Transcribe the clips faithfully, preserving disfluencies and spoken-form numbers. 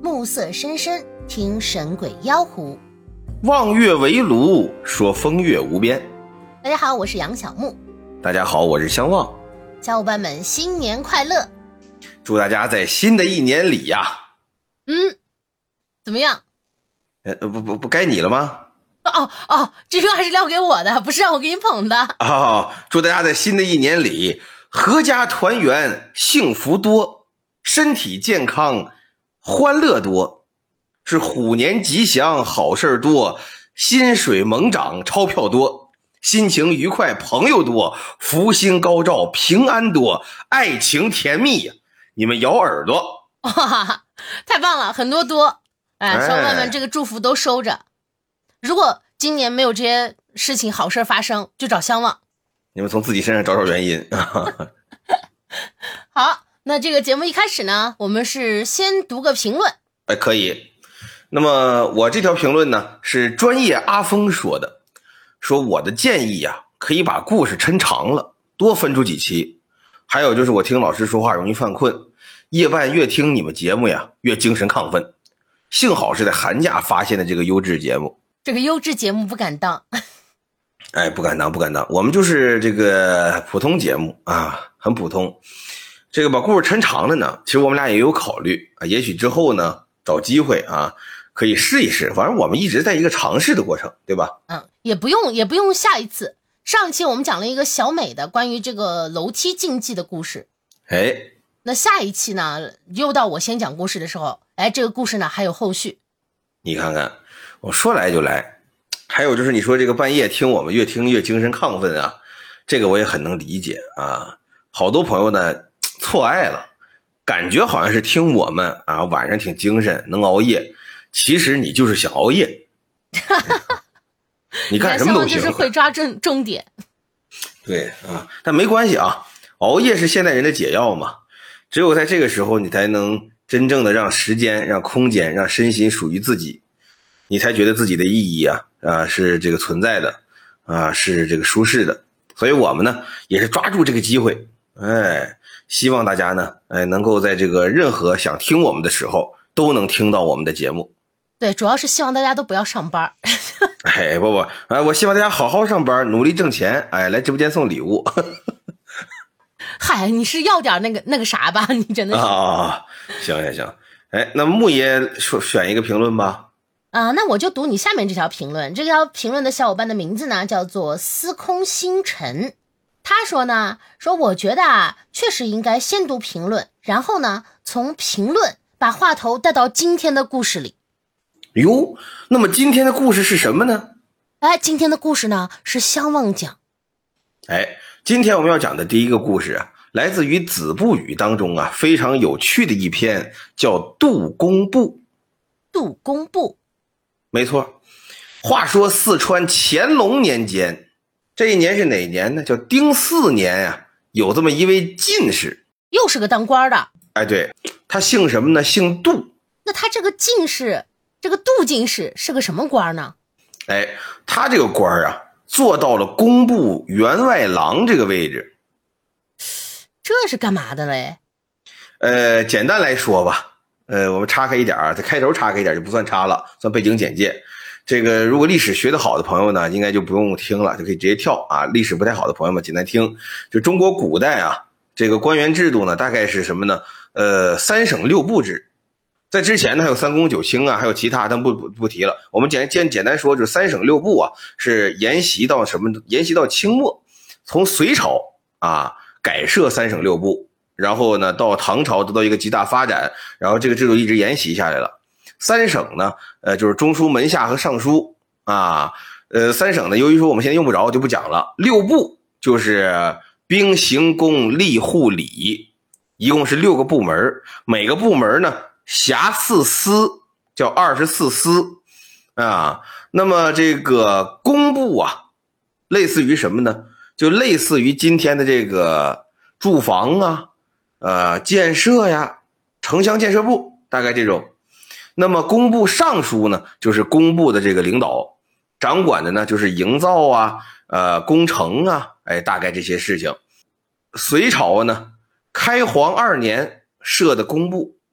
暮色深深，听神鬼妖狐。 望月围炉，说风月无边。 大家好，我是杨小木。 大家好，我是相望。 小伙伴们新年快乐， 祝大家在新的一年里呀、啊、 嗯，怎么样？ 呃不不不该你了吗？ 哦哦，这歌还是撂给我的，不是让我给你捧的。 哦，祝大家在新的一年里阖家团圆，幸福多，身体健康，欢乐多，是虎年吉祥，好事多，薪水猛涨，钞票多，心情愉快，朋友多，福星高照，平安多，爱情甜蜜。你们咬耳朵。 哇，太棒了，很多多。哎，小伙伴们，这个祝福都收着。如果今年没有这些事情好事发生，就找相望。 你们从自己身上找找原因。 好，那这个节目一开始呢，我们是先读个评论。 哎，可以。那么我这条评论呢，是专业阿峰说的，说我的建议呀、啊，可以把故事抻长了，多分出几期。还有就是我听老师说话容易犯困，夜半越听你们节目呀，越精神亢奋。幸好是在寒假发现的这个优质节目。 这个优质节目不敢当。 哎，不敢当不敢当，我们就是这个普通节目啊，很普通。这个把故事抻长了呢，其实我们俩也有考虑啊，也许之后呢找机会啊可以试一试，反正我们一直在一个尝试的过程，对吧？ 嗯，也不用也不用下一次。上一期我们讲了一个小美的关于这个楼梯竞技的故事。 哎， 那下一期呢又到我先讲故事的时候，哎，这个故事呢还有后续。 你看看，我说来就来。还有就是你说这个半夜听我们越听越精神亢奋啊，这个我也很能理解啊。好多朋友呢错爱了，感觉好像是听我们啊晚上挺精神能熬夜，其实你就是想熬夜。你干什么都行， 就是会抓重重点。 对啊，但没关系啊，熬夜是现代人的解药嘛。只有在这个时候，你才能真正的让时间、让空间、让身心属于自己，你才觉得自己的意义啊啊是这个存在的啊，是这个舒适的。所以我们呢也是抓住这个机会，哎，希望大家呢哎能够在这个任何想听我们的时候都能听到我们的节目。 对，主要是希望大家都不要上班。 哎，不不，哎，我希望大家好好上班，努力挣钱，哎，来直播间送礼物。 嗨，你是要点那个那个啥吧？你真的是啊，行行行，哎，那木爷说选一个评论吧。 啊，那我就读你下面这条评论。这条评论的小伙伴的名字呢叫做司空星辰。他说呢，说我觉得啊，确实应该先读评论，然后呢，从评论把话头带到今天的故事里。 哟，那么今天的故事是什么呢？ 哎，今天的故事呢是相望讲。 哎，今天我们要讲的第一个故事啊，来自于子不语当中啊非常有趣的一篇，叫杜工部。 杜工部， 没错。话说四川乾隆年间，这一年是哪年呢？叫丁巳年啊，有这么一位进士， 又是个当官的。 哎，对，他姓什么呢？姓杜。 那他这个进士，这个杜进士是个什么官呢？ 哎，他这个官啊，做到了工部员外郎这个位置。 这是干嘛的嘞？ 呃，简单来说吧，呃，我们插开一点，在开头插开一点就不算插了，算背景简介。这个如果历史学得好的朋友呢，应该就不用听了，就可以直接跳啊。历史不太好的朋友们，简单听。就中国古代啊，这个官员制度呢，大概是什么呢？呃，三省六部制。在之前呢，还有三公九卿啊，还有其他，但不不不提了。我们简简简单说，就是三省六部啊，是沿袭到什么？沿袭到清末，从隋朝啊改设三省六部，然后呢到唐朝得到一个极大发展，然后这个制度一直沿袭下来了。三省呢，呃，就是中书、门下和尚书啊。呃，三省呢，由于说我们现在用不着，就不讲了。六部就是兵、刑、工、吏、户、礼，一共是六个部门，每个部门呢辖四司，叫二十四司啊。那么这个工部啊，类似于什么呢？就类似于今天的这个住房啊、呃建设呀、城乡建设部，大概这种。那么工部尚书呢，就是工部的这个领导，掌管的呢就是营造啊、呃工程啊，哎，大概这些事情。隋朝呢，开皇二年设的工部。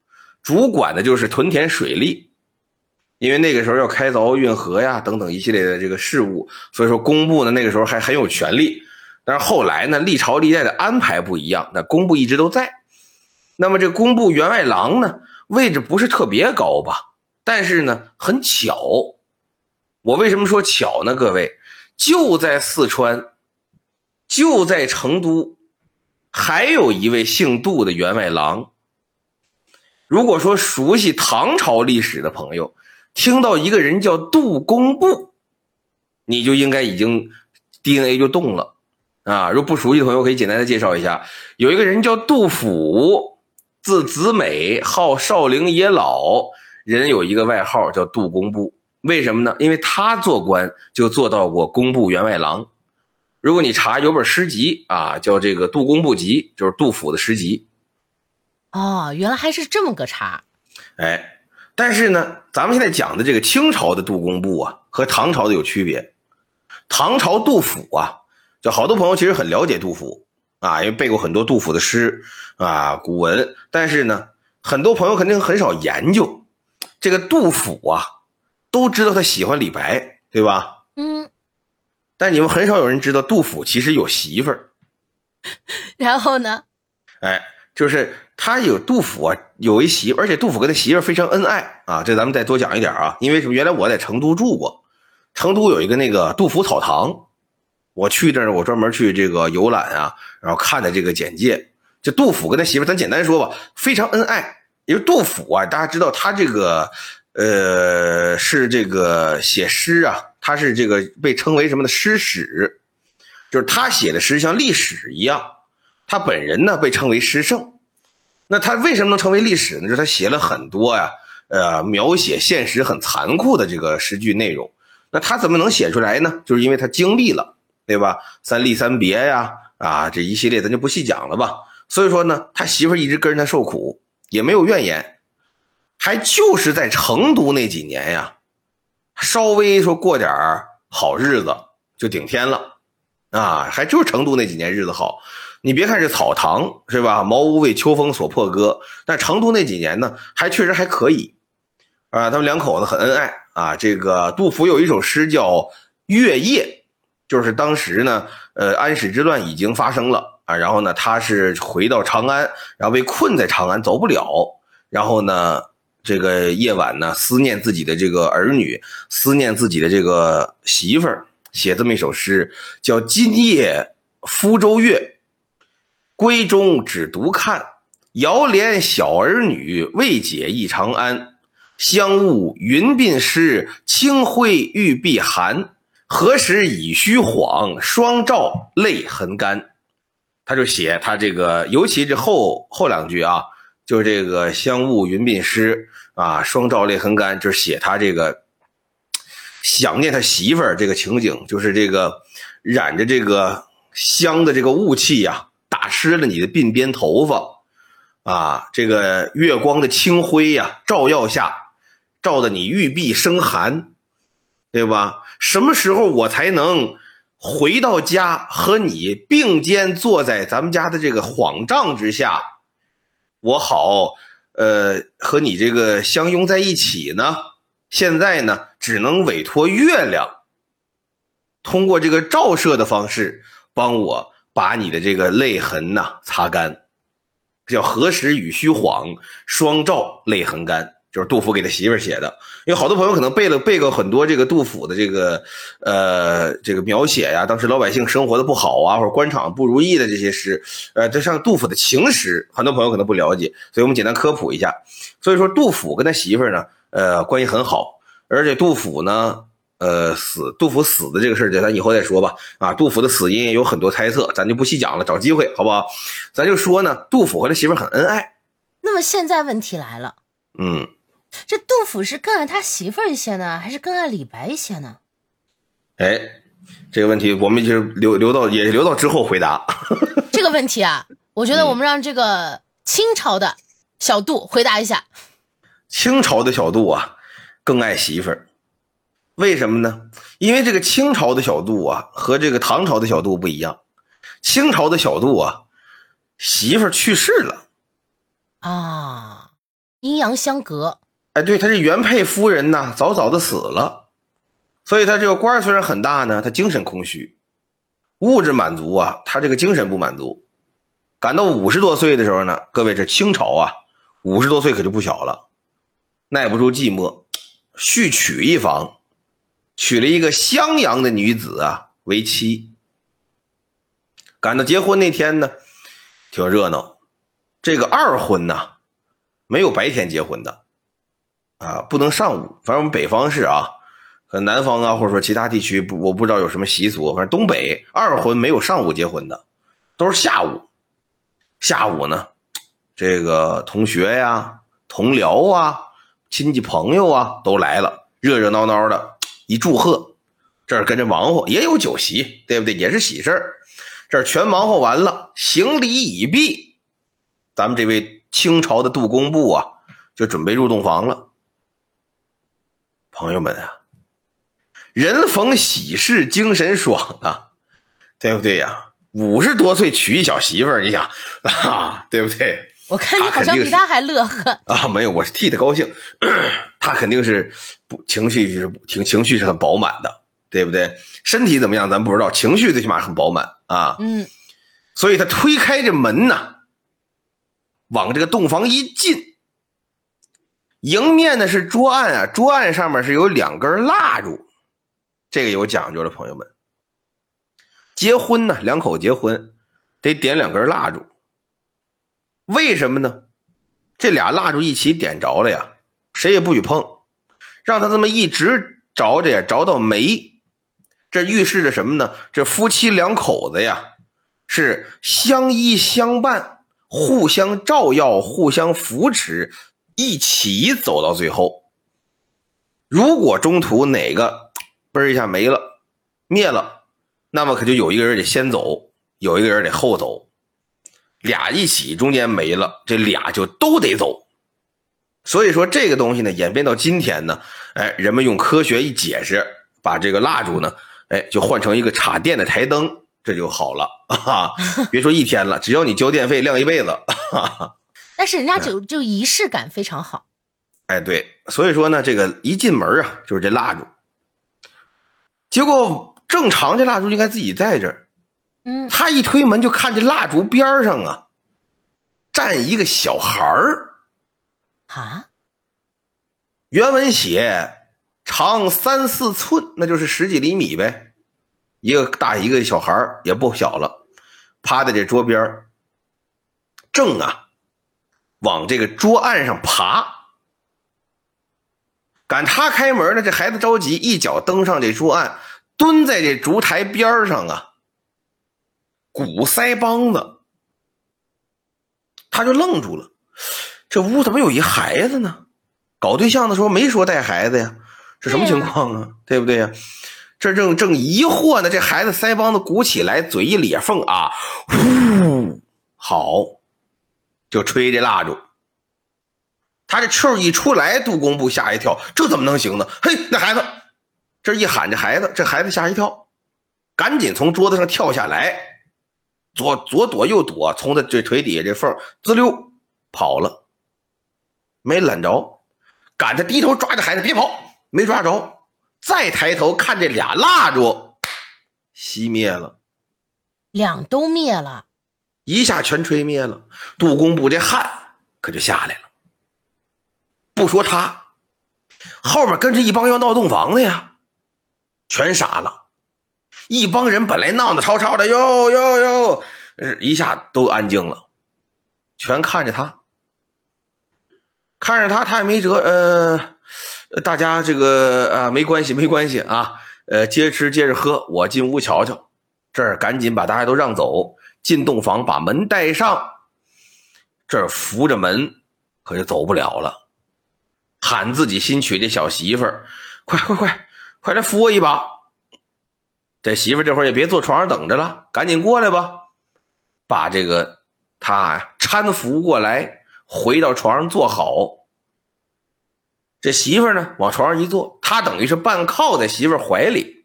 主管的就是屯田水利，因为那个时候要开凿运河呀等等一系列的这个事务，所以说工部呢那个时候还很有权利。但是后来呢，历朝历代的安排不一样，那工部一直都在。那么这个工部员外郎呢，位置不是特别高吧，但是呢很巧。我为什么说巧呢？各位，就在四川，就在成都，还有一位姓杜的员外郎。如果说熟悉唐朝历史的朋友听到一个人叫杜工部，你就应该已经 D N A 就动了啊！如果不熟悉的朋友可以简单的介绍一下，有一个人叫杜甫，字子美，号少陵野老，人有一个外号叫杜工部。为什么呢？因为他做官就做到过工部员外郎。如果你查有本诗集啊，叫这个《杜工部集》，就是杜甫的诗集。 哦，原来还是这么个茬。 哎，但是呢，咱们现在讲的这个清朝的杜工部啊，和唐朝的有区别。唐朝杜甫啊，就好多朋友其实很了解杜甫啊，因为背过很多杜甫的诗啊、古文，但是呢，很多朋友肯定很少研究这个杜甫啊，都知道他喜欢李白，对吧？ 嗯。 但你们很少有人知道杜甫其实有媳妇儿。 然后呢？ 哎，就是他有杜甫啊，有一媳妇，而且杜甫跟他媳妇非常恩爱啊。这咱们再多讲一点啊，因为什么？原来我在成都住过，成都有一个那个杜甫草堂，我去这儿，我专门去这个游览啊，然后看的这个简介。这杜甫跟他媳妇，咱简单说吧，非常恩爱。因为杜甫啊，大家知道他这个呃是这个写诗啊。他是这个被称为什么的诗史，就是他写的诗像历史一样，他本人呢被称为诗圣。那他为什么能成为历史呢？就是他写了很多呀，呃，描写现实很残酷的这个诗句内容。那他怎么能写出来呢？就是因为他经历了，对吧？三立三别呀，啊，这一系列咱就不细讲了吧。所以说呢，他媳妇一直跟着他受苦，也没有怨言，还就是在成都那几年呀。稍微说过点好日子就顶天了啊，还就是成都那几年日子好。你别看是草堂是吧，茅屋为秋风所破歌，但成都那几年呢还确实还可以啊。他们两口子很恩爱啊。这个杜甫有一首诗叫《月夜》，就是当时呢呃安史之乱已经发生了啊，然后呢他是回到长安，然后被困在长安走不了，然后呢这个夜晚呢，思念自己的这个儿女，思念自己的这个媳妇儿，写这么一首诗，叫《今夜鄜州月》，闺中只独看，遥怜小儿女，未解忆长安。香雾云鬓湿，清辉玉臂寒。何时已虚晃，双照泪痕干。他就写他这个，尤其这后后两句啊，就是这个香雾云鬓湿啊，双照泪痕干，就是写他这个想念他媳妇儿这个情景，就是这个染着这个香的这个雾气呀、啊，打湿了你的鬓边头发啊，这个月光的清辉呀、啊、照耀下，照得你玉臂生寒，对吧？什么时候我才能回到家和你并肩坐在咱们家的这个幌帐之下，我好呃和你这个相拥在一起呢？现在呢只能委托月亮通过这个照射的方式帮我把你的这个泪痕呐擦干，叫何时雨虚晃，双照泪痕干，就是杜甫给他媳妇儿写的。因为好多朋友可能背了背过很多这个杜甫的这个呃这个描写呀，当时老百姓生活的不好啊，或者官场不如意的这些诗，呃，这像杜甫的情诗，很多朋友可能不了解，所以我们简单科普一下。所以说杜甫跟他媳妇儿呢，呃，关系很好，而且杜甫呢，呃，死杜甫死的这个事儿，咱以后再说吧。啊，杜甫的死因有很多猜测，咱就不细讲了，找机会好不好？咱就说呢，杜甫和他媳妇儿很恩爱。 那么现在问题来了， 嗯。 这杜甫是更爱他媳妇儿一些呢，还是更爱李白一些呢？ 哎，这个问题我们就留留到也留到之后回答。 这个问题啊，我觉得我们让这个清朝的小杜回答一下。 清朝的小杜啊，更爱媳妇儿，为什么呢？因为这个清朝的小杜啊，和这个唐朝的小杜不一样。清朝的小杜啊，媳妇儿去世了啊。 阴阳相隔。 哎，对，他这原配夫人呢，早早的死了，所以他这个官虽然很大呢，他精神空虚，物质满足啊，他这个精神不满足。赶到五十多岁的时候呢，各位这清朝啊，五十多岁可就不小了，耐不住寂寞，续娶一房，娶了一个襄阳的女子啊为妻。赶到结婚那天呢，挺热闹。这个二婚呢，没有白天结婚的啊，不能上午。反正我们北方是啊，可能南方啊，或者说其他地区不，我不知道有什么习俗。反正东北二婚没有上午结婚的，都是下午。下午呢，这个同学呀、同僚啊、亲戚朋友啊都来了，热热闹闹的一祝贺，这儿跟着忙活，也有酒席，对不对？也是喜事儿。这儿全忙活完了，行礼已毕，咱们这位清朝的杜工部啊，就准备入洞房了。朋友们啊，人逢喜事精神爽啊，对不对呀？五十多岁娶一小媳妇儿，你想啊，对不对？ 我看你好像比他还乐呵啊！没有，我是替他高兴。他肯定是不情绪是情情绪是很饱满的，对不对？身体怎么样咱不知道，情绪最起码很饱满啊。 嗯， 所以他推开这门呐，往这个洞房一进，迎面的是桌案啊，桌案上面是有两根蜡烛，这个有讲究的朋友们。结婚呢，两口结婚得点两根蜡烛，为什么呢？这俩蜡烛一起点着了呀，谁也不许碰，让他这么一直着着呀，着到没。这预示着什么呢？这夫妻两口子呀，是相依相伴，互相照耀，互相扶持，一起走到最后。如果中途哪个嘣一下没了，灭了，那么可就有一个人得先走，有一个人得后走，俩一起中间没了，这俩就都得走。所以说这个东西呢，演变到今天呢，哎，人们用科学一解释，把这个蜡烛呢，哎，就换成一个插电的台灯，这就好了啊！别说一天了，只要你交电费亮一辈子。 但是人家就就仪式感非常好。 哎，对，所以说呢，这个一进门啊，就是这蜡烛。结果正常这蜡烛应该自己在这儿， 嗯， 他一推门就看见蜡烛边上啊，站一个小孩儿啊。 原文写长三四寸，那就是十几厘米呗，一个大一个小孩儿也不小了，趴在这桌边，正啊往这个桌案上爬。赶他开门呢，这孩子着急，一脚登上这桌案，蹲在这烛台边上啊，鼓腮帮子。他就愣住了，这屋怎么有一孩子呢？搞对象的时候没说带孩子呀，这什么情况啊？ 对, 对不对呀？这正正疑惑呢，这孩子腮帮子鼓起来，嘴一裂缝啊，呼，好，就吹这蜡烛。他这气儿一出来，杜工部吓一跳，这怎么能行呢？嘿，那孩子，这一喊这孩子，这孩子吓一跳，赶紧从桌子上跳下来，左左躲右躲，从他这腿底下这缝滋溜跑了，没揽着。赶着低头抓着孩子，别跑，没抓着。再抬头看这俩蜡烛熄灭了， 两都灭了， 一下全吹灭了。杜工部这汗可就下来了。不说他，后面跟着一帮要闹洞房的呀，全傻了。一帮人本来闹得吵吵的，哟哟哟，一下都安静了，全看着他，看着他，他也没辙。呃，大家这个啊，没关系，没关系啊，呃，接着吃，接着喝，我进屋瞧瞧。这儿赶紧把大家都让走，进洞房，把门带上。这儿扶着门，可就走不了了。喊自己新娶的小媳妇儿，快快快快来扶我一把。这媳妇儿这会儿也别坐床上等着了，赶紧过来吧，把这个他搀扶过来，回到床上坐好。这媳妇儿呢往床上一坐，他等于是半靠在媳妇儿怀里，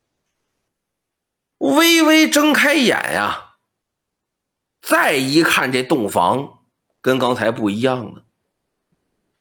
微微睁开眼呀，再一看这洞房跟刚才不一样了。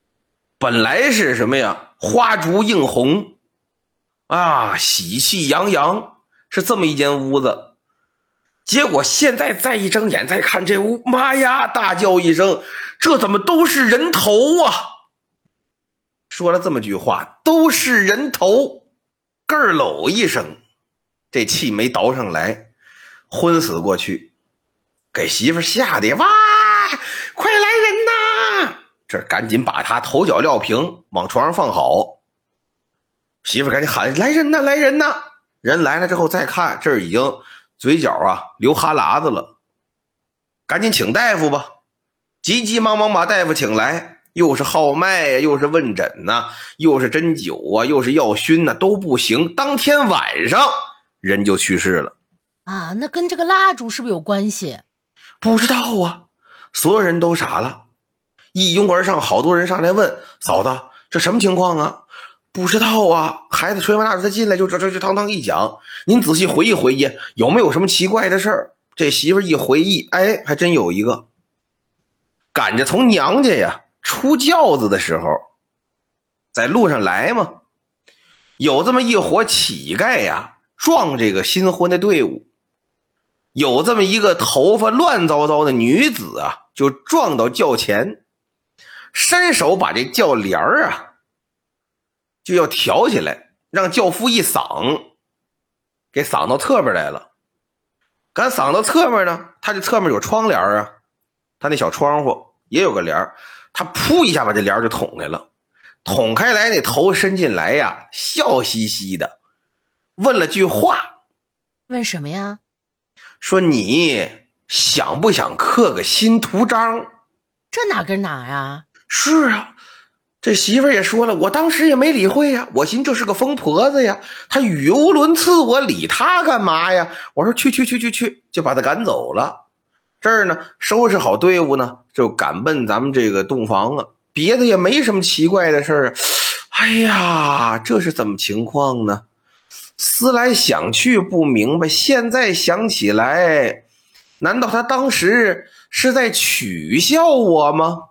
本来是什么呀？花烛映红啊，喜气洋洋，是这么一间屋子。结果现在再一睁眼再看这屋，妈呀，大叫一声，这怎么都是人头啊？说了这么句话，都是人头，咯儿搂一声，这气没倒上来，昏死过去，给媳妇吓得哇，快来人呐！这赶紧把他头脚撂平，往床上放好。媳妇赶紧喊来人呐，来人呐！人来了之后再看，这儿已经嘴角啊流哈喇子了，赶紧请大夫吧。急急忙忙把大夫请来，又是号脉呀，又是问诊呐、啊，又是针灸啊，又是药熏呐、啊，都不行。当天晚上人就去世了啊！那跟这个蜡烛是不是有关系？ 不知道啊，所有人都傻了，一拥而上，好多人上来问嫂子，这什么情况啊？不知道啊，孩子吹完蜡烛他进来就这这这堂堂一讲，您仔细回忆回忆，有没有什么奇怪的事儿？这媳妇一回忆，哎，还真有一个。赶着从娘家呀出轿子的时候，在路上来嘛，有这么一伙乞丐呀撞这个新婚的队伍，有这么一个头发乱糟糟的女子啊，就撞到轿前，伸手把这轿帘儿啊就要挑起来，让轿夫一搡，给搡到侧边来了。赶搡到侧面呢，他这侧面有窗帘啊，他那小窗户也有个帘，他噗一下把这帘就捅开了，捅开来那头伸进来呀，笑嘻嘻的问了句话。 问什么呀？ 说你想不想刻个新图章？ 这哪跟哪啊？ 是啊，这媳妇也说了，我当时也没理会呀，我寻这是个疯婆子呀，她语无伦次，我理她干嘛呀？我说去去去去去，就把她赶走了。这儿呢收拾好队伍呢，就赶奔咱们这个洞房了，别的也没什么奇怪的事儿。哎呀，这是怎么情况呢？思来想去不明白，现在想起来，难道他当时是在取笑我吗？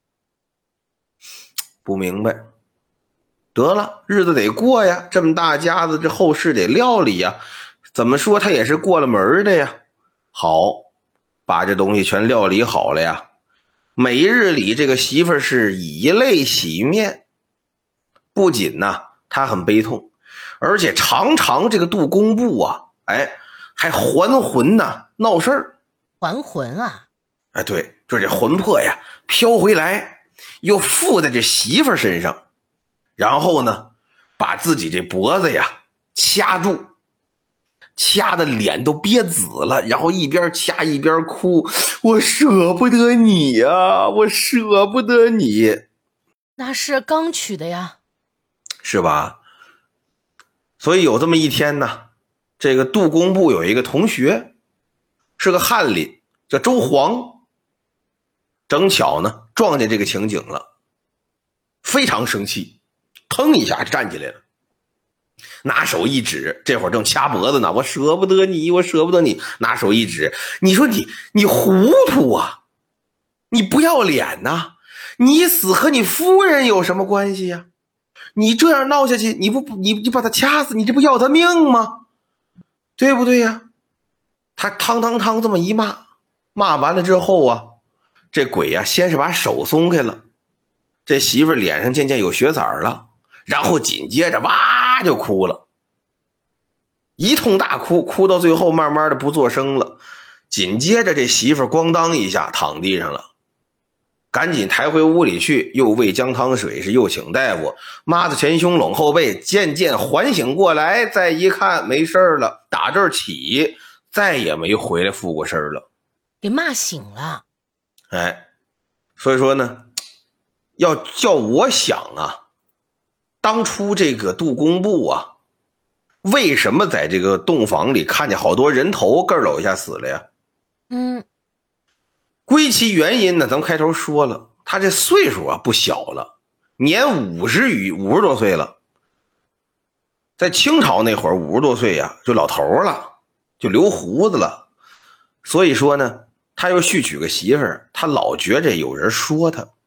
不明白。得了，日子得过呀，这么大家子，这后事得料理呀，怎么说他也是过了门的呀。好，把这东西全料理好了呀。每日里这个媳妇是以泪洗面，不仅呢她很悲痛，而且常常这个杜工部啊，哎，还还魂呐，闹事儿。 还魂啊？ 哎，对，就这魂魄呀飘回来，又附在这媳妇身上，然后呢把自己这脖子呀掐住，掐的脸都憋紫了，然后一边掐一边哭，我舍不得你呀，我舍不得你。 那是刚娶的呀， 是吧？所以有这么一天呢，这个杜工部有一个同学是个翰林，叫周黄，正巧呢撞见这个情景了，非常生气，腾一下就站起来了，拿手一指，这会儿正掐脖子呢，我舍不得你，我舍不得你，拿手一指，你说你你糊涂啊，你不要脸呐，你死和你夫人有什么关系呀？你这样闹下去，你不你你把他掐死，你这不要他命吗？对不对呀？他汤汤汤这么一骂，骂完了之后啊，这鬼呀、啊、先是把手松开了，这媳妇脸上渐渐有血色了，然后紧接着哇就哭了，一通大哭，哭到最后慢慢的不作声了，紧接着这媳妇咣当一下躺地上了，赶紧抬回屋里去，又喂姜汤水，是又请大夫，抹着前胸拢后背，渐渐缓醒过来，再一看没事了，打这儿起再也没回来复过身了， 给骂醒了。 哎，所以说呢，要叫我想啊，当初这个杜工部啊，为什么在这个洞房里看见好多人头个搂一下死了呀？ 嗯， 归其原因呢，咱们开头说了，他这岁数啊不小了，年五十余五十多岁了，在清朝那会儿五十多岁呀、啊、就老头了，就留胡子了，所以说呢他又续娶个媳妇儿，他老觉着有人说他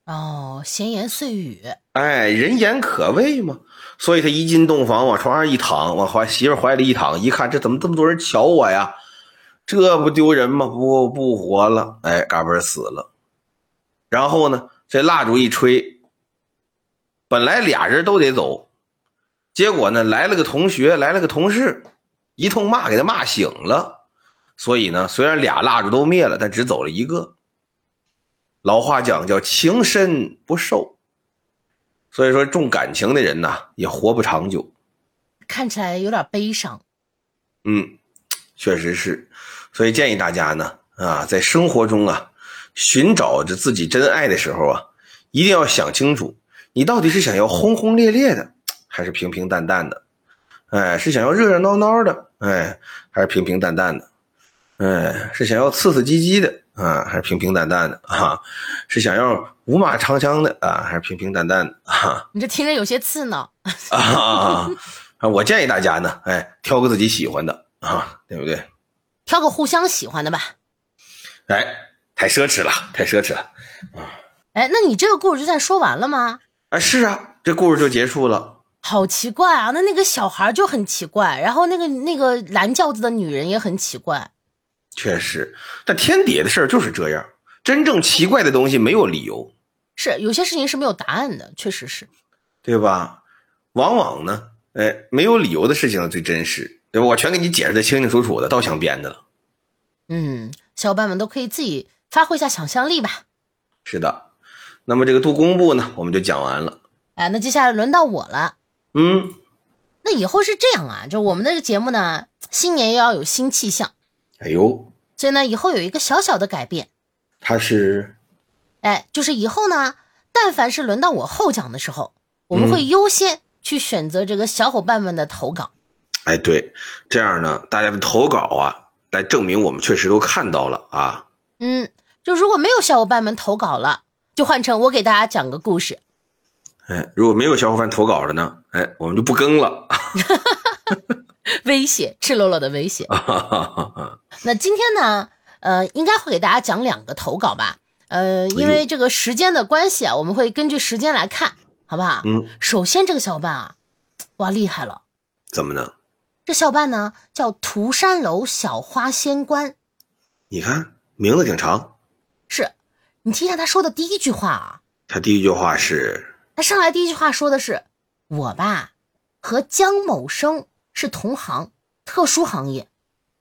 哦，闲言碎语， 哎，人言可畏嘛。所以他一进洞房，往床上一躺，往怀媳妇怀里一躺，一看这怎么这么多人瞧我呀？这不丢人吗？不不活了，哎，嘎嘣死了。然后呢，这蜡烛一吹，本来俩人都得走，结果呢来了个同学，来了个同事，一通骂给他骂醒了。所以呢，虽然俩蜡烛都灭了，但只走了一个。老话讲叫情深不寿，所以说重感情的人呢也活不长久。 看起来有点悲伤。 嗯，确实是。所以建议大家呢啊，在生活中啊寻找着自己真爱的时候啊，一定要想清楚，你到底是想要轰轰烈烈的，还是平平淡淡的？哎，是想要热热闹闹的，哎，还是平平淡淡的？哎，是想要刺刺激激的啊，还是平平淡淡的啊？是想要五马长枪的啊，还是平平淡淡的啊？ 你这听着有些刺挠啊！我建议大家呢，哎，挑个自己喜欢的啊，对不对？ 挑个互相喜欢的吧。 哎，太奢侈了，太奢侈了啊！ 哎，那你这个故事就算说完了吗？ 啊，是啊，这故事就结束了。 好奇怪啊！那那个小孩就很奇怪，然后那个那个蓝轿子的女人也很奇怪。 确实，但天底下的事儿就是这样，真正奇怪的东西没有理由。 是，有些事情是没有答案的，确实是， 对吧？往往呢，哎，没有理由的事情最真实，对吧？我全给你解释的清清楚楚的，倒想编的了。 嗯，小伙伴们都可以自己发挥一下想象力吧。 是的，那么这个杜工部呢，我们就讲完了。 哎，那接下来轮到我了。 嗯， 那以后是这样啊，就我们的这个节目呢，新年又要有新气象。 哎呦， 所以呢，以后有一个小小的改变。 它是， 哎，就是以后呢，但凡是轮到我后讲的时候，我们会优先去选择这个小伙伴们的投稿。 哎，对，这样呢，大家的投稿啊，来证明我们确实都看到了啊。 嗯，就如果没有小伙伴们投稿了，就换成我给大家讲个故事。 哎，如果没有小伙伴投稿的呢，哎，我们就不更了。 威胁，赤裸裸的威胁。那今天呢，呃，应该会给大家讲两个投稿吧。呃，因为这个时间的关系啊，我们会根据时间来看，好不好？ 嗯。 首先这个小伙伴啊，哇，厉害了。 怎么呢？ 这小伙伴呢叫涂山楼小花仙官。 你看名字挺长。 是，你听一下他说的第一句话啊。 他第一句话是， 他上来第一句话说的是，我吧和江某生是同行，特殊行业。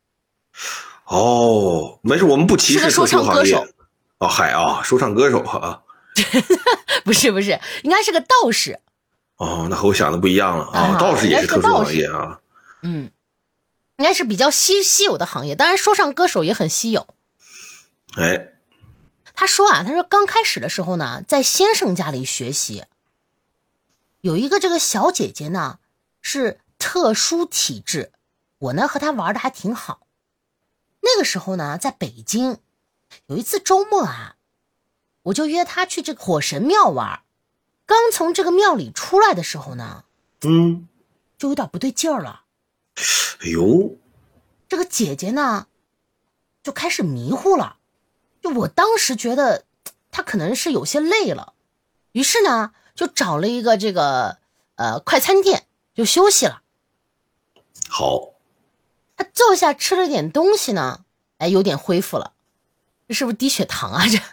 哦，没事，我们不歧视特殊行业。 是个说唱歌手。 哦，嗨啊，说唱歌手啊。 不是不是，应该是个道士。 哦，那和我想的不一样了啊， 啊道士也是特殊行业啊。 嗯，应该是比较稀稀有的行业，当然说唱歌手也很稀有。 哎， 他说啊，他说刚开始的时候呢，在先生家里学习，有一个这个小姐姐呢是特殊体质，我呢和她玩的还挺好。那个时候呢，在北京，有一次周末啊，我就约她去这个火神庙玩。刚从这个庙里出来的时候呢， 嗯， 就有点不对劲儿了。 哎呦， 这个姐姐呢就开始迷糊了。就我当时觉得她可能是有些累了，于是呢就找了一个这个呃快餐店就休息了。 好， 她坐下吃了点东西呢，哎，有点恢复了。这是不是低血糖啊？这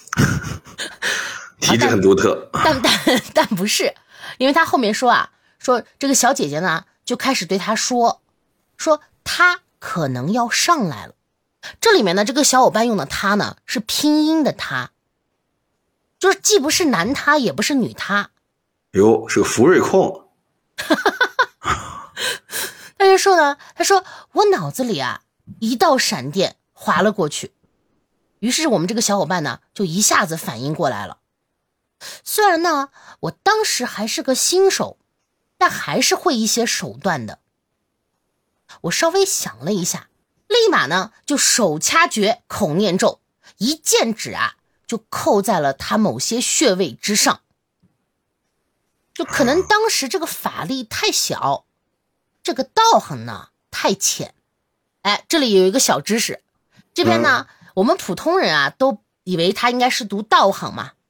体质很独特。 但但但但不是，因为她后面说啊，说这个小姐姐呢就开始对她说，说她可能要上来了。这里面呢，这个小伙伴用的她呢是拼音的她，就是既不是男她也不是女她。 哟，是个福瑞控。 他就说呢，他说我脑子里啊一道闪电划了过去，于是我们这个小伙伴呢就一下子反应过来了。虽然呢我当时还是个新手，但还是会一些手段的。我稍微想了一下，立马呢就手掐诀口念咒，一剑指啊就扣在了他某些穴位之上。就可能当时这个法力太小，这个道行呢太浅。哎，这里有一个小知识，这边呢、嗯、我们普通人啊都以为他应该是读道行嘛，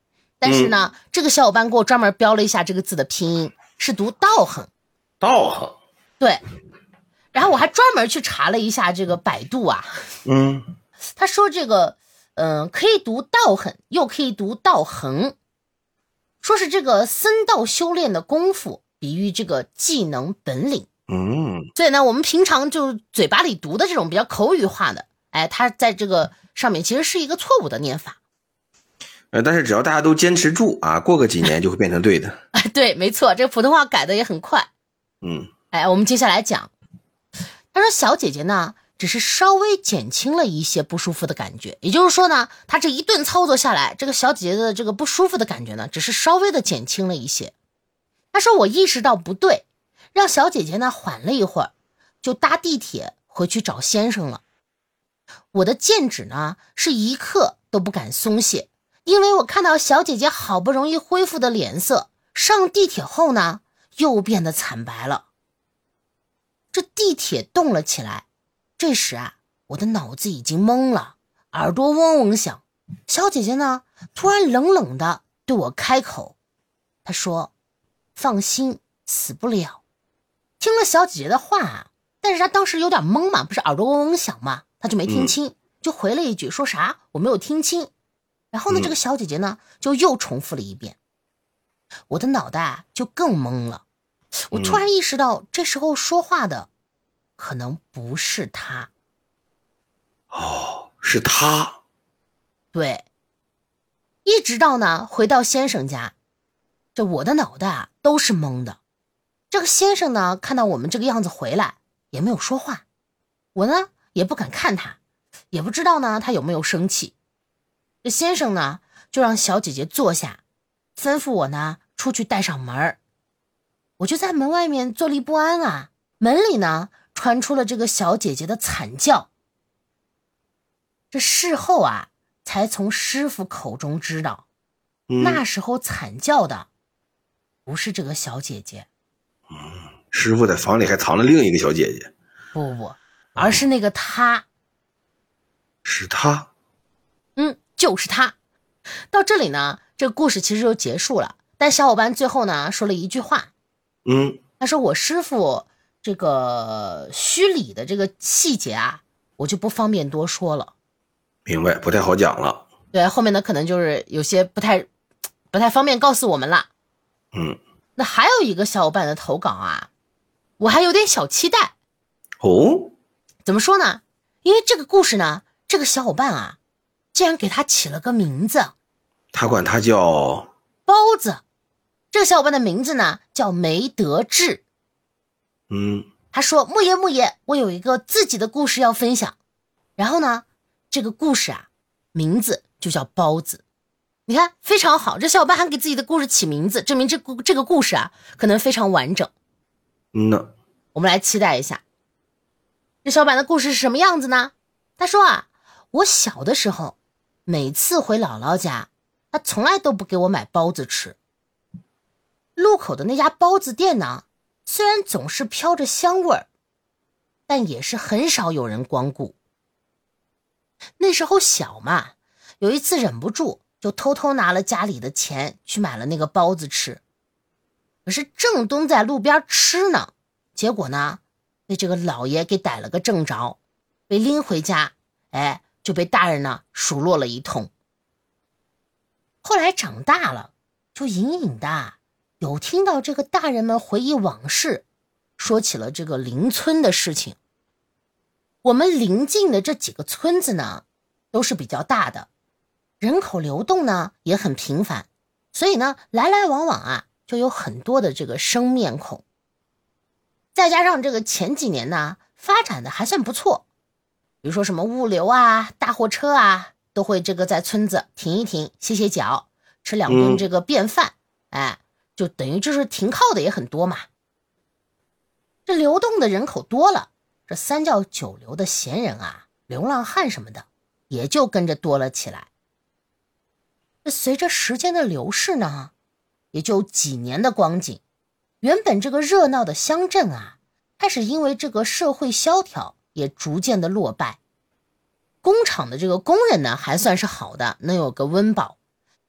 但是呢、嗯、这个小伙伴给我专门标了一下这个字的拼音，是读道横。 道横， 对。然后我还专门去查了一下这个百度啊， 嗯， 他说这个嗯、呃，可以读道横，又可以读道横，说是这个僧道修炼的功夫，比喻这个技能本领。 嗯， 所以呢，我们平常就嘴巴里读的这种比较口语化的，哎，它在这个上面其实是一个错误的念法。 呃，但是只要大家都坚持住啊，过个几年就会变成对的。 哎，对，没错，这个普通话改的也很快。 嗯， 哎，我们接下来讲，他说小姐姐呢，只是稍微减轻了一些不舒服的感觉，也就是说呢，她这一顿操作下来，这个小姐姐的这个不舒服的感觉呢，只是稍微的减轻了一些。他说我意识到不对，让小姐姐呢缓了一会儿，就搭地铁回去找先生了。我的剑指呢是一刻都不敢松懈，因为我看到小姐姐好不容易恢复的脸色，上地铁后呢又变得惨白了。这地铁动了起来，这时啊，我的脑子已经懵了，耳朵嗡嗡响。小姐姐呢突然冷冷的对我开口，她说放心，死不了。听了小姐姐的话啊，但是她当时有点懵嘛，不是耳朵嗡嗡响嘛，她就没听清、嗯、就回了一句说啥我没有听清。然后呢、嗯、这个小姐姐呢就又重复了一遍，我的脑袋啊就更懵了。我突然意识到这时候说话的可能不是她。 哦，是她。 对。一直到呢回到先生家，这我的脑袋啊都是懵的。这个先生呢看到我们这个样子回来也没有说话，我呢也不敢看他，也不知道呢他有没有生气。这先生呢就让小姐姐坐下，吩咐我呢出去带上门。我就在门外面坐立不安啊，门里呢传出了这个小姐姐的惨叫。这事后啊才从师傅口中知道、嗯、那时候惨叫的不是这个小姐姐。 嗯，师傅在房里还藏了另一个小姐姐。 不不，而是那个她、嗯、 是她。 嗯，就是她。到这里呢这个故事其实就结束了，但小伙伴最后呢说了一句话。 嗯， 他说我师傅这个虚礼的这个细节啊，我就不方便多说了。 明白，不太好讲了。 对，后面呢可能就是有些不太不太方便告诉我们了。 嗯， 那还有一个小伙伴的投稿啊，我还有点小期待。 哦， 怎么说呢？因为这个故事呢，这个小伙伴啊，竟然给他起了个名字。 他管他叫包子。这个小伙伴的名字呢叫梅德志。 嗯， 他说木爷木爷，我有一个自己的故事要分享。然后呢这个故事啊名字就叫包子。你看非常好，这小伙伴还给自己的故事起名字，证明这个这个故事啊可能非常完整。 嗯呢， 我们来期待一下这小伙伴的故事是什么样子呢？他说啊，我小的时候每次回姥姥家，他从来都不给我买包子吃。路口的那家包子店呢，虽然总是飘着香味儿，但也是很少有人光顾。那时候小嘛，有一次忍不住就偷偷拿了家里的钱去买了那个包子吃。可是正蹲在路边吃呢，结果呢被这个老爷给逮了个正着，被拎回家，哎，就被大人呢数落了一通。后来长大了，就隐隐的有听到这个大人们回忆往事，说起了这个邻村的事情。我们邻近的这几个村子呢都是比较大的，人口流动呢也很频繁，所以呢来来往往啊就有很多的这个生面孔。再加上这个前几年呢发展的还算不错，比如说什么物流啊大货车啊都会这个在村子停一停歇歇脚，吃两顿这个便饭、嗯、哎，就等于就是停靠的也很多嘛。这流动的人口多了，这三教九流的闲人啊流浪汉什么的也就跟着多了起来。随着时间的流逝呢，也就几年的光景，原本这个热闹的乡镇啊，开始因为这个社会萧条也逐渐的落败。工厂的这个工人呢还算是好的，能有个温饱，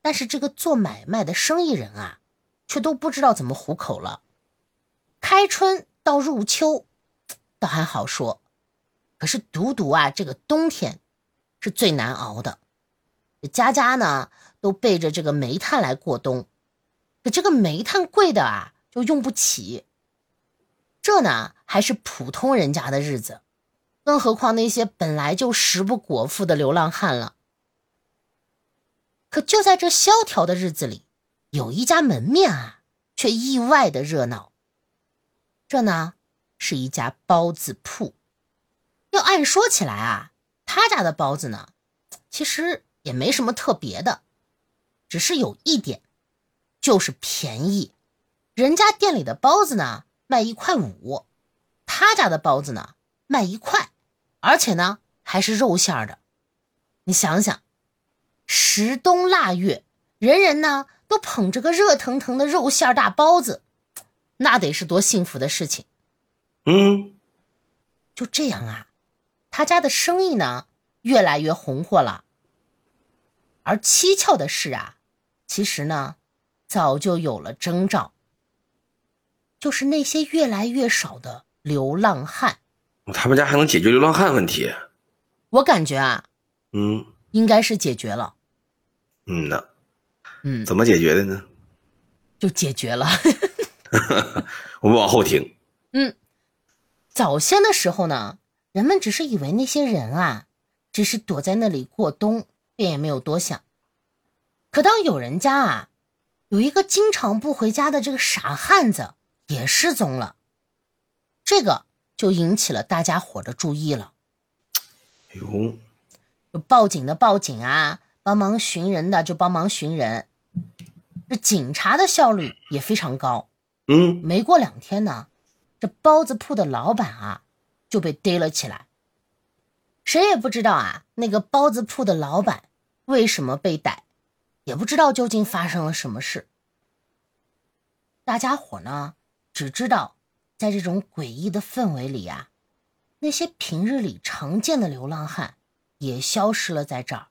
但是这个做买卖的生意人啊，却都不知道怎么糊口了。开春到入秋倒还好说，可是独独啊这个冬天是最难熬的。家家呢都备着这个煤炭来过冬，可这个煤炭贵的啊就用不起，这呢还是普通人家的日子，更何况那些本来就食不果腹的流浪汉了。可就在这萧条的日子里，有一家门面啊却意外的热闹。这呢是一家包子铺。要按说起来啊，他家的包子呢其实也没什么特别的，只是有一点，就是便宜。人家店里的包子呢卖一块五，他家的包子呢卖一块，而且呢还是肉馅的。你想想，十冬腊月，人人呢都捧着个热腾腾的肉馅大包子，那得是多幸福的事情。 嗯， 就这样啊，他家的生意呢越来越红火了。而蹊跷的是啊，其实呢早就有了征兆，就是那些越来越少的流浪汉。 他们家还能解决流浪汉问题？ 我感觉啊， 嗯， 应该是解决了。 嗯呢， 嗯， 怎么解决的呢？ 就解决了。 我们往后听。 嗯，早先的时候呢，人们只是以为那些人啊，只是躲在那里过冬，便也没有多想。可当有人家啊，有一个经常不回家的这个傻汉子也失踪了，这个就引起了大家伙的注意了。 哟， 有报警的报警啊，帮忙寻人的就帮忙寻人，这警察的效率也非常高。 嗯， 没过两天呢，这包子铺的老板啊就被逮了起来。谁也不知道啊，那个包子铺的老板为什么被逮，也不知道究竟发生了什么事。大家伙呢，只知道在这种诡异的氛围里啊，那些平日里常见的流浪汉也消失了在这儿。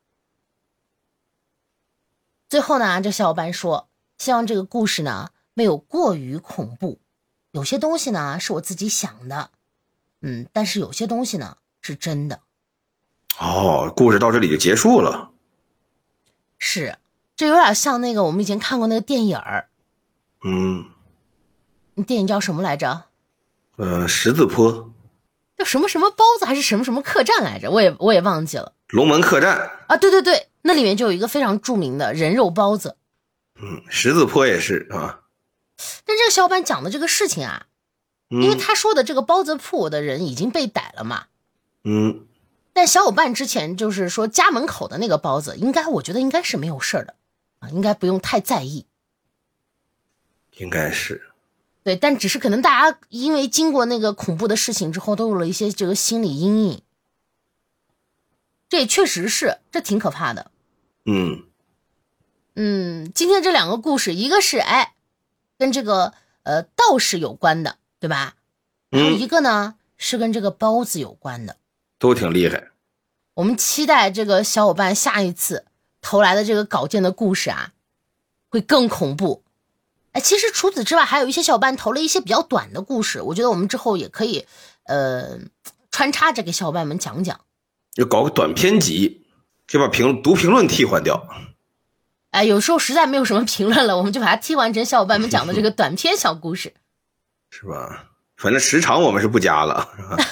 最后呢，这小伙伴说，希望这个故事呢没有过于恐怖，有些东西呢是我自己想的，嗯，但是有些东西呢是真的。 哦，故事到这里就结束了。 是，这有点像那个我们以前看过那个电影儿。 嗯， 电影叫什么来着？ 呃，十字坡， 叫什么什么包子还是什么什么客栈来着？我也我也忘记了。 龙门客栈啊，对对对，那里面就有一个非常著名的人肉包子。 嗯，十字坡也是啊。 但这个小伙伴讲的这个事情啊，因为他说的这个包子铺的人已经被逮了嘛。 嗯。 但小伙伴之前就是说家门口的那个包子，应该我觉得应该是没有事的啊，应该不用太在意。 应该是。 对，但只是可能大家因为经过那个恐怖的事情之后，都有了一些这个心理阴影。这也确实是，这挺可怕的。 嗯嗯，今天这两个故事，一个是哎跟这个呃道士有关的，对吧？还有一个呢、嗯、是跟这个包子有关的。 都挺厉害。 我们期待这个小伙伴下一次投来的这个稿件的故事啊，会更恐怖。哎，其实除此之外，还有一些小伙伴投了一些比较短的故事，我觉得我们之后也可以呃穿插着给小伙伴们讲讲。 就搞个短篇集，就把评读评论替换掉。 哎，有时候实在没有什么评论了，我们就把它替换成小伙伴们讲的这个短篇小故事， 是吧？反正时长我们是不加了。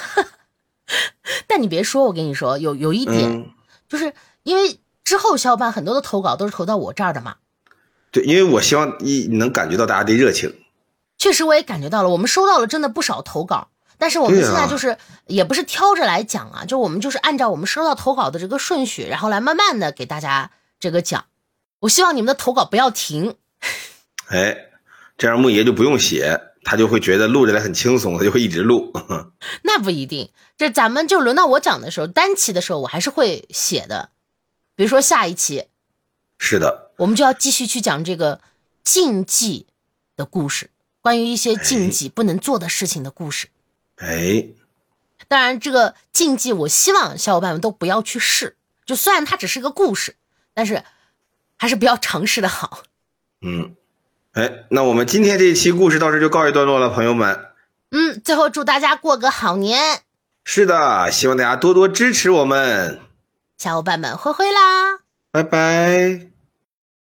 但你别说，我跟你说，有有一点、嗯，就是因为之后小伙伴很多的投稿都是投到我这儿的嘛。 对，因为我希望你能感觉到大家的热情。 确实，我也感觉到了，我们收到了真的不少投稿，但是我们现在就是、啊、也不是挑着来讲啊，就我们就是按照我们收到投稿的这个顺序，然后来慢慢的给大家这个讲。我希望你们的投稿不要停。 哎，这样木爷就不用写。他就会觉得录着来很轻松，他就会一直录。 那不一定，这咱们就轮到我讲的时候，单期的时候我还是会写的。比如说下一期， 是的， 我们就要继续去讲这个禁忌的故事，关于一些禁忌不能做的事情的故事。 哎， 当然这个禁忌我希望小伙伴们都不要去试，就虽然它只是个故事，但是还是不要尝试的好。 嗯，哎，那我们今天这一期故事到这就告一段落了，朋友们。 嗯，最后祝大家过个好年。 是的，希望大家多多支持我们。 小伙伴们，挥挥啦， 拜拜。